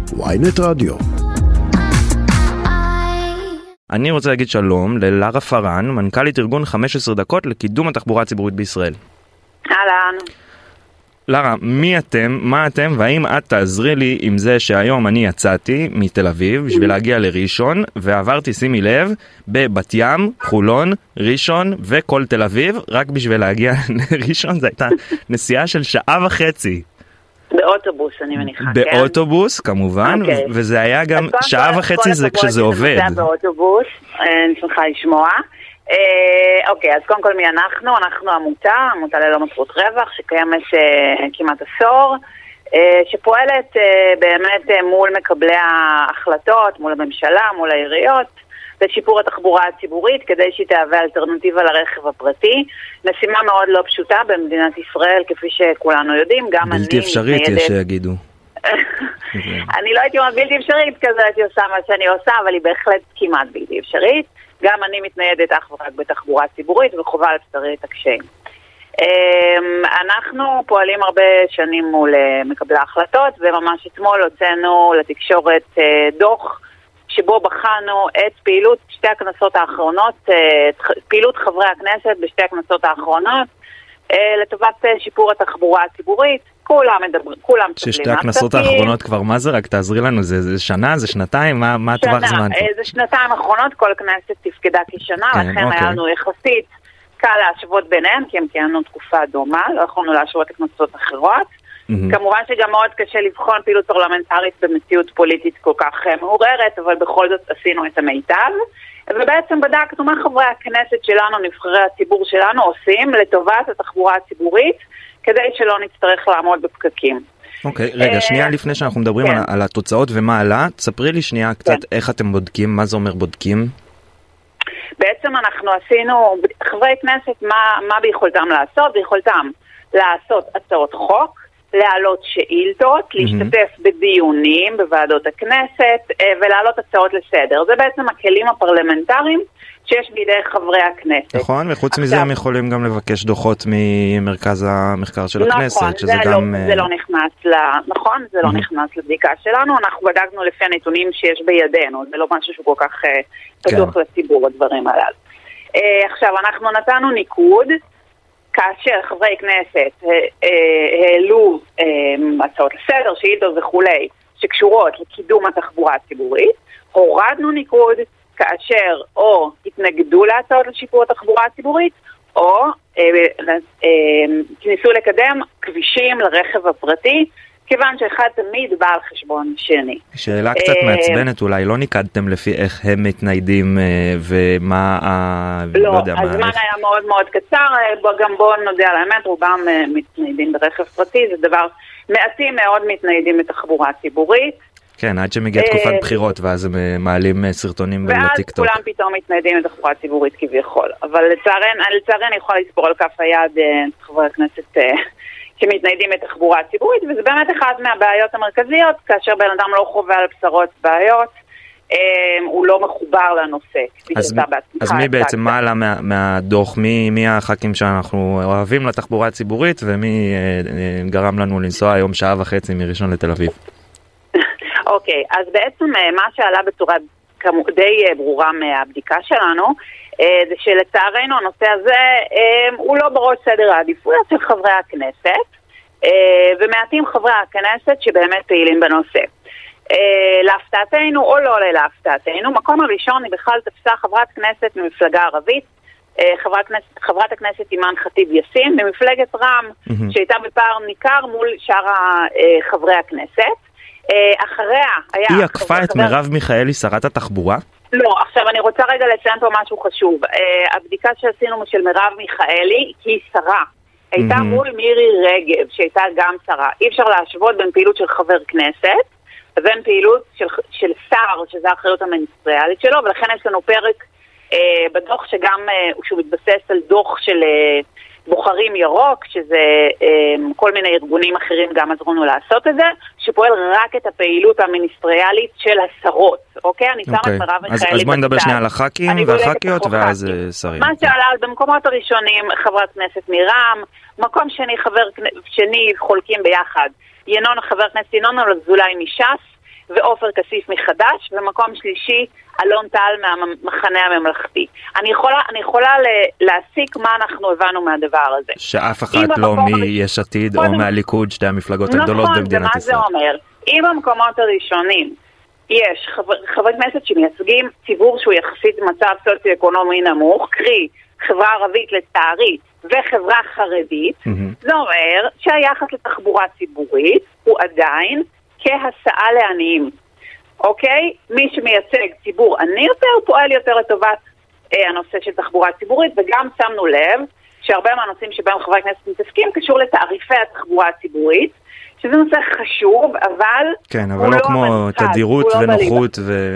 ynet רדיו. אני רוצה להגיד שלום ללרה פרן, מנכ"לית ארגון 15 דקות לקידום התחבורה הציבורית בישראל. אהלן. לרה, מי אתם, מה אתם, והאם את תעזרי לי עם זה שהיום אני יצאתי מתל אביב בשביל להגיע לראשון, ועברתי, שימי לב, בבת ים, חולון, ראשון וכל תל אביב, רק בשביל להגיע לראשון. זו הייתה נסיעה של 1.5 שעה. באוטובוס, אני מניחה, כן? באוטובוס, כמובן, וזה היה גם 1.5 שעה זה כשזה עובד. זה באוטובוס, אני שמחה לשמוע. אוקיי, אז קודם כל מי אנחנו? אנחנו עמותה ללא מטרות רווח, שקיימת כמעט עשור, שפועלת באמת מול מקבלי ההחלטות, מול הממשלה, מול העיריות, לשיפור התחבורה הציבורית, כדי שהיא תהווה אלטרנטיבה לרכב הפרטי. משימה מאוד לא פשוטה במדינת ישראל, כפי שכולנו יודעים, גם אני... בלתי אפשרית, יש שיגידו. אני לא הייתי אומרת בלתי אפשרית, כזה הייתי עושה מה שאני עושה, אבל היא בהחלט כמעט בלתי אפשרית. גם אני מתניידת אך ורק בתחבורה ציבורית, וחובה לבשרי את הקשיים. אנחנו פועלים הרבה שנים מול מקבלי ההחלטות, וממש אתמול הוצאנו לתקשורת דוח, שבו בחנו את פעילות שתי הכנסות האחרונות, פעילות חברי הכנסת בשתי הכנסות האחרונות, לטובת שיפור התחבורה הציבורית. כולם ששתי הכנסות האחרונות כבר, מה זה? רק תעזרי לנו, זה שנה, זה שנתיים? מה טווח זמן? זה שנתיים האחרונות, כל כנסת תפקדה כשנה, לכן היה לנו יחסית קל להשוות ביניהם, כי הם כיהנו תקופה דומה, לא יכולנו להשוות לכנסות אחרות. כמובן שגם מאוד קשה לבחון פעילות פרלמנטרית במציאות פוליטית כל כך מעוררת, אבל בכל זאת עשינו את המיטב, ובעצם בדקנו מה חברי הכנסת שלנו, נבחרי הציבור שלנו, עושים לטובת התחבורה הציבורית, כדי שלא נצטרך לעמוד בפקקים. אוקיי, רגע, שנייה לפני שאנחנו מדברים על התוצאות ומה עלה, תספרי לי שנייה קצת איך אתם בודקים, מה זה אומר בודקים? בעצם אנחנו עשינו, חברי כנסת, מה ביכולתם לעשות? ביכולתם לעשות הצעות חוק, להעלות שאילתות, להשתתף בדיונים בוועדות הכנסת, ולהעלות הצעות לסדר. זה בעצם הכלים הפרלמנטריים שיש בידי חברי הכנסת. נכון, וחוץ מזה הם יכולים גם לבקש דוחות ממרכז המחקר של הכנסת, שזה גם... זה לא נכנס נכון, זה לא נכנס לבדיקה שלנו, אנחנו בדקנו לפי הנתונים שיש בידינו, זה לא משהו שהוא כל כך פתוח לציבור, הדברים הללו. עכשיו, אנחנו נתנו ניקוד, כאשר חברי כנסת העלו הצעות לסדר, שאילתות וכולי, שקשורות לקידום התחבורה הציבורית, הורדנו ניקוד כאשר או התנגדו להצעות לשיפור התחבורה הציבורית, או ניסו לקדם כבישים לרכב הפרטי, כיוון שאחד תמיד בא על חשבון שני. שאלה קצת מעצבנת, אולי לא ניקדתם לפי איך הם מתניידים ומה לא, הזמן היה מאוד מאוד קצר, גם בואו נודה על האמת, רובם מתניידים ברכב פרטי, זה דבר, מעטים מאוד מתניידים בתחבורה ציבורית. כן, עד שמגיע תקופת בחירות, ואז הם מעלים סרטונים לטיקטוק. ואז כולם פתאום מתניידים בתחבורה ציבורית כביכול. אבל לצערן אני יכולה לספור על כף היד חברי הכנסת שמתניידים בתחבורה ציבורית, וזה באמת אחד מהבעיות המרכזיות, כאשר בן אדם לא חווה על בשורות בעיות, הוא לא מחובר לנושא. אז מי בעצם, מה עלה מהדוח, מי הח"כים שאנחנו אוהבים לתחבורה הציבורית, ומי גרם לנו לנסוע היום 1.5 שעה מראשון לתל אביב? אוקיי, אז בעצם מה שעלה בצורה די ברורה מהבדיקה שלנו, זה שלצערנו הנושא הזה הוא לא בראש סדר העדיפויות של חברי הכנסת, ומעטים חברי הכנסת שבאמת פעילים בנושא. להפתעתנו או לא להפתעתנו, מקום הראשון היא בכלל תפסה חברת כנסת ממפלגה ערבית, חברת הכנסת אימאן ח'טיב יאסין, ממפלגת רע"מ, שהייתה בפער ניכר מול שאר חברי הכנסת. אחריה היה... היא עקפה את מרב מיכאלי, שרת התחבורה? לא, עכשיו אני רוצה רגע לציין פה משהו חשוב. הבדיקה שעשינו של מרב מיכאלי היא שרה. הייתה מול מירי רגב, שהייתה גם שרה. אי אפשר להשוות בין פעילות של חבר כנסת, לבין פעילות של שר, שזה האחריות המיניסטריאלית שלו, ולכן יש לנו פרק בדוח שגם, שהוא מתבסס על דוח של בוחרים ירוק, שזה כל מיני ארגונים אחרים גם עזרו לנו לעשות את זה, שפועל רק את הפעילות המיניסטריאלית של השרות, אוקיי? אני שמה את מרב מיכאלי. אז בואי נדבר שנייה על הח"כים והח"כיות ואז שרים. מה שעלה במקומות הראשונים, חברת כנסת מרע"מ, מקום שני חולקים ביחד, חבר הכנסת ינון אזולאי מש"ס, ועופר כסיף מחדש, ומקום שלישי, אלון טל מהמחנה הממלכתי. אני יכולה להסיק מה אנחנו הבנו מהדבר הזה. שאף אחת לא מיש עתיד או מהליכוד, שתי המפלגות הגדולות במדינת ישראל. נכון, ומה זה אומר? אם במקומות הראשונים יש חברי כנסת שמייצגים ציבור שהוא יחסית מצב סוציו-אקונומי נמוך, קרי חברה ערבית לצערי וחברה חרדית, זה אומר שהיחס לתחבורה ציבורית הוא עדיין כהסעה לעניים. אוקיי? מי שמייצג ציבור עני יותר פועל יותר לטובת הנושא של תחבורה ציבורית, וגם שמנו לב שהרבה מהנושאים שבהם חברי הכנסת מתעסקים קשור לתעריפי התחבורה הציבורית, שזה נושא חשוב, אבל כן, אבל לא כמו תדירות ונוחות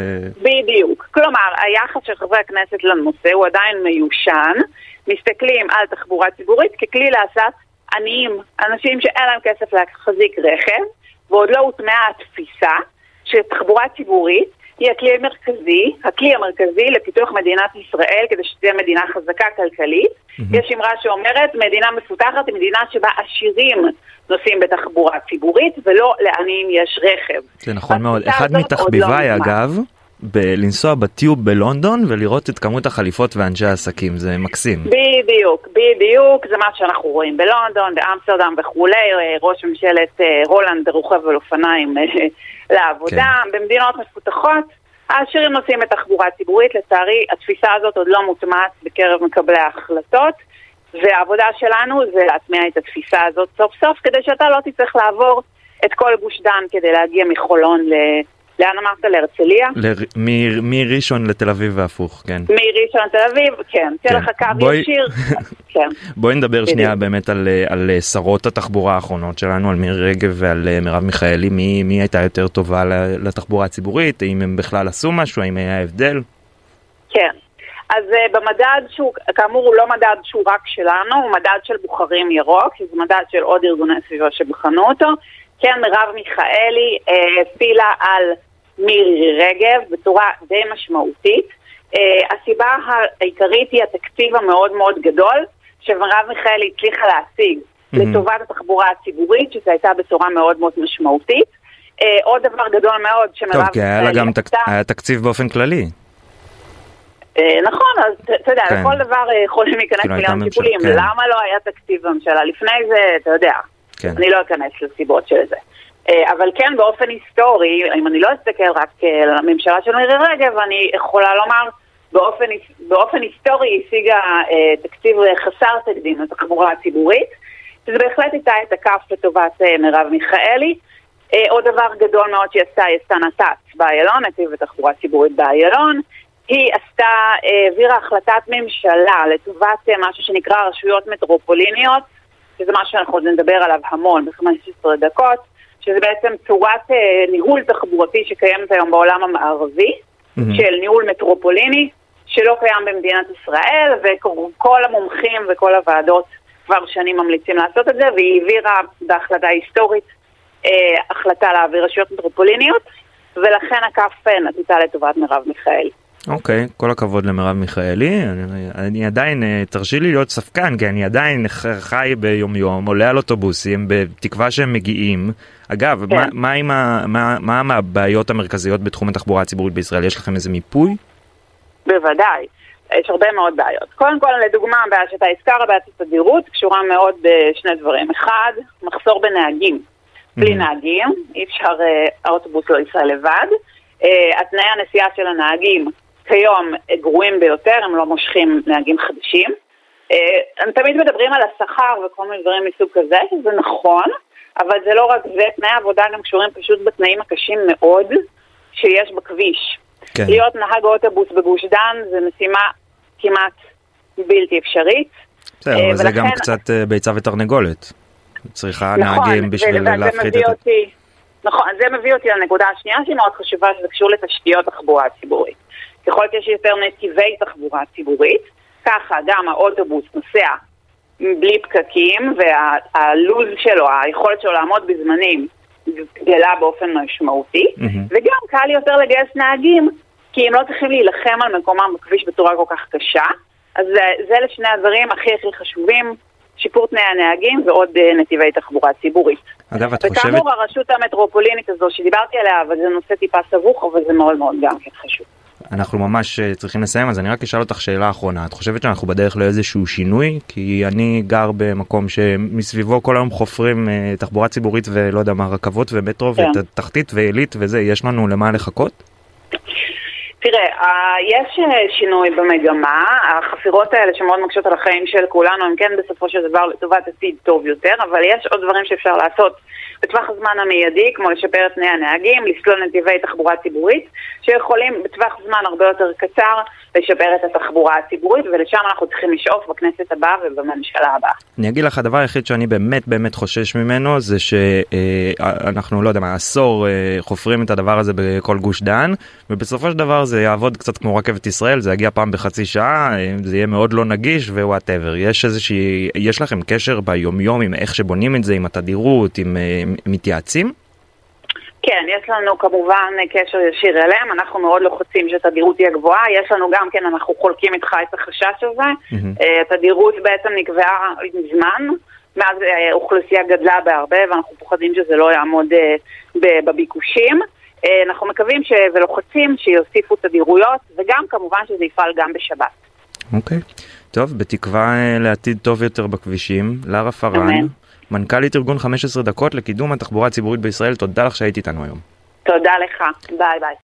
בדיוק. כלומר, היחס של חברי הכנסת לנושא הוא עדיין מיושן, מסתכלים על תחבורה ציבורית ככלי להסעת עניים, אנשים שאין להם כסף להחזיק רכב, ועוד לא הוטמעה התפיסה שתחבורה ציבורית היא הכלי המרכזי לפיתוח מדינת ישראל כדי שתהיה מדינה חזקה כלכלית. יש אמרה שאומרת, מדינה מפותחת היא מדינה שבה עשירים נוסעים בתחבורה ציבורית ולא לעניים יש רכב. זה נכון מאוד. אחד מתחביביי אגב, לנסוע בטיוב בלונדון ולראות את כמות החליפות ואנשי העסקים, זה מקסים. בדיוק, זה מה שאנחנו רואים בלונדון, באמסטרדם וכולי, ראש ממשלת הולנד רוכב על אופניים לעבודה, במדינות מפותחות, העשירים נוסעים בתחבורה ציבורית, לצערי התפיסה הזאת עוד לא מוטמעת בקרב מקבלי ההחלטות, והעבודה שלנו זה להטמיע את התפיסה הזאת סוף סוף, כדי שאתה לא תצטרך לעבור את כל גוש דן כדי להגיע מחולון לאן אמרת? להרצליה? מראשון לתל אביב והפוך, כן. מראשון לתל אביב, כן. תהיה לך קו ישיר. בואי נדבר שנייה באמת על שרות התחבורה האחרונות שלנו, על מירי רגב ועל מרב מיכאלי. מי הייתה יותר טובה לתחבורה הציבורית? האם הם בכלל עשו משהו? האם היה הבדל? כן. אז במדד שהוא, כאמור הוא לא מדד שהוא רק שלנו, הוא מדד של בוחרים ירוק, שזה מדד של עוד ארגוני סביבה שבחנו אותו. כן, מרב מיכאלי הפילה על מירי רגב בצורה די משמעותית. הסיבה העיקרית היא התקציב המאוד מאוד גדול שמרב מיכאלי הצליחה להשיג לטובת התחבורה הציבורית, שזה הייתה בצורה מאוד מאוד משמעותית. עוד דבר גדול מאוד שמרב מיכאלי... טוב, כי היה לה גם תקציב באופן כללי. נכון, אז אתה יודע, לכל דבר יכולים להיכנס מיליון טיפולים. למה לא היה תקציב בממשלה? לפני זה, אתה יודע, אני לא אכנס לסיבות של זה. אבל כן, באופן היסטורי, אם אני לא אסתכל רק על הממשלה של מירי רגב, אני יכולה לומר, באופן היסטורי השיגה תקציב חסר תקדים לתחבורה הציבורית, שזה בהחלט הייתה את הכף לטובת מרב מיכאלי. עוד דבר גדול מאוד שהיא עשתה, היא עשתה נת"צ באיילון, נתיב ותחבורה ציבורית באיילון. היא העבירה החלטת ממשלה לטובת משהו שנקרא רשויות מטרופוליניות, שזה משהו שאנחנו עוד נדבר עליו המון ב-15 דקות, שזה בעצם צורת ניהול תחבורתי שקיימת היום בעולם המערבי, של ניהול מטרופוליני, שלא קיים במדינת ישראל, וכל המומחים וכל הוועדות כבר שנים ממליצים לעשות את זה, והיא העבירה בהחלטה היסטורית החלטה להעביר רשויות מטרופוליניות, ולכן הכף נתיתה לטובת מרב מיכאלי. אוקיי, כל הכבוד למרב מיכאלי. אני עדיין, תרשי לי להיות ספקן, כי אני עדיין חי ביום יום, עולה על אוטובוסים, בתקווה שהם מגיעים. אגב, מה הבעיות המרכזיות בתחום התחבורה הציבורית בישראל? יש לכם איזה מיפוי? בוודאי, יש הרבה מאוד בעיות. קודם כל, לדוגמה, הבעיה שאתה הזכרת, בעיית התדירות, קשורה מאוד בשני דברים. אחד, מחסור בנהגים. בלי נהגים, אי אפשר האוטובוס לא ישראל לבד. התנאי הנסיעה של הנהגים כיום גרועים ביותר, הם לא מושכים נהגים חדשים. הם תמיד מדברים על השכר וכל מיני דברים מסוג כזה, שזה נכון, אבל זה לא רק זה, תנאי העבודה גם קשורים פשוט בתנאים הקשים מאוד שיש בכביש. כן. להיות נהג אוטובוס בגוש דן זה משימה כמעט בלתי אפשרית. בסדר, זה גם קצת ביצה ותרנגולת. צריכה נהגים בשביל להפחית את זה. נכון, זה מביא אותי לנקודה השנייה שהיא מאוד חשובה, שזה קשור לתשתיות תחבורה ציבורית. ככל שיש יותר נתיבי תחבורה ציבורית, ככה גם האוטובוס נוסע בלי פקקים, והלוז שלו, היכולת שלו לעמוד בזמנים, גדלה באופן משמעותי, וגם קל יותר לגייס נהגים, כי הם לא צריכים להילחם על מקומם בכביש בצורה כל כך קשה. אז זה לשני הדברים הכי חשובים, שיפור תנאי הנהגים ועוד נתיבי תחבורה ציבורית. אגב, את חושבת... וכאמור, הרשות המטרופולינית הזו שדיברתי עליה, אבל זה נושא טיפה סבוך, אבל זה מאוד מאוד גם חשוב. אנחנו ממש צריכים לסיים, אז אני רק אשאל אותך שאלה אחרונה. את חושבת שאנחנו בדרך לאיזשהו שינוי? כי אני גר במקום שמסביבו כל היום חופרים תחבורה ציבורית ולא יודע מה, רכבות ומטרו ותחתית ועילית וזה, יש לנו למה לחכות? תראה, יש שינוי במגמה, החפירות האלה שמאוד מקשות על החיים של כולנו, הם כן בסופו של דבר לטובת עתיד טוב יותר, אבל יש עוד דברים שאפשר לעשות בטווח הזמן המיידי, כמו לשפר את תנאי הנהגים, לסלול נתיבי תחבורה ציבורית, שיכולים בטווח זמן הרבה יותר קצר לשפר את התחבורה הציבורית, ולשם אנחנו צריכים לשאוף בכנסת הבאה ובממשלה הבאה. אני אגיד לך, הדבר היחיד שאני באמת חושש ממנו, זה שאנחנו, לא יודע מה, עשור חופרים את הדבר הזה בכל גוש דן, ובסופו של דבר זה יעבוד קצת כמו רכבת ישראל, זה יגיע פעם בחצי שעה, זה יהיה מאוד לא נגיש ווואטאבר. יש לכם קשר ביום-יום עם איך שבונים את זה, עם התדירות, עם מתייעצים? כן, יש לנו כמובן קשר ישיר אליהם, אנחנו מאוד לוחצים שהתדירות תהיה גבוהה, יש לנו גם כן, אנחנו חולקים איתך את החשש הזה, התדירות בעצם נקבעה מזמן, מאז אוכלוסייה גדלה בהרבה, ואנחנו פוחדים שזה לא יעמוד בביקושים, אנחנו מקווים ולוחצים שיוסיפו תדירויות, וגם כמובן שזה יפעל גם בשבת. אוקיי, טוב, בתקווה לעתיד טוב יותר בכבישים, לרה פארן, מנכ"לית ארגון 15 דקות לקידום התחבורה הציבורית בישראל, תודה לך שהיית איתנו היום. תודה לך, ביי ביי.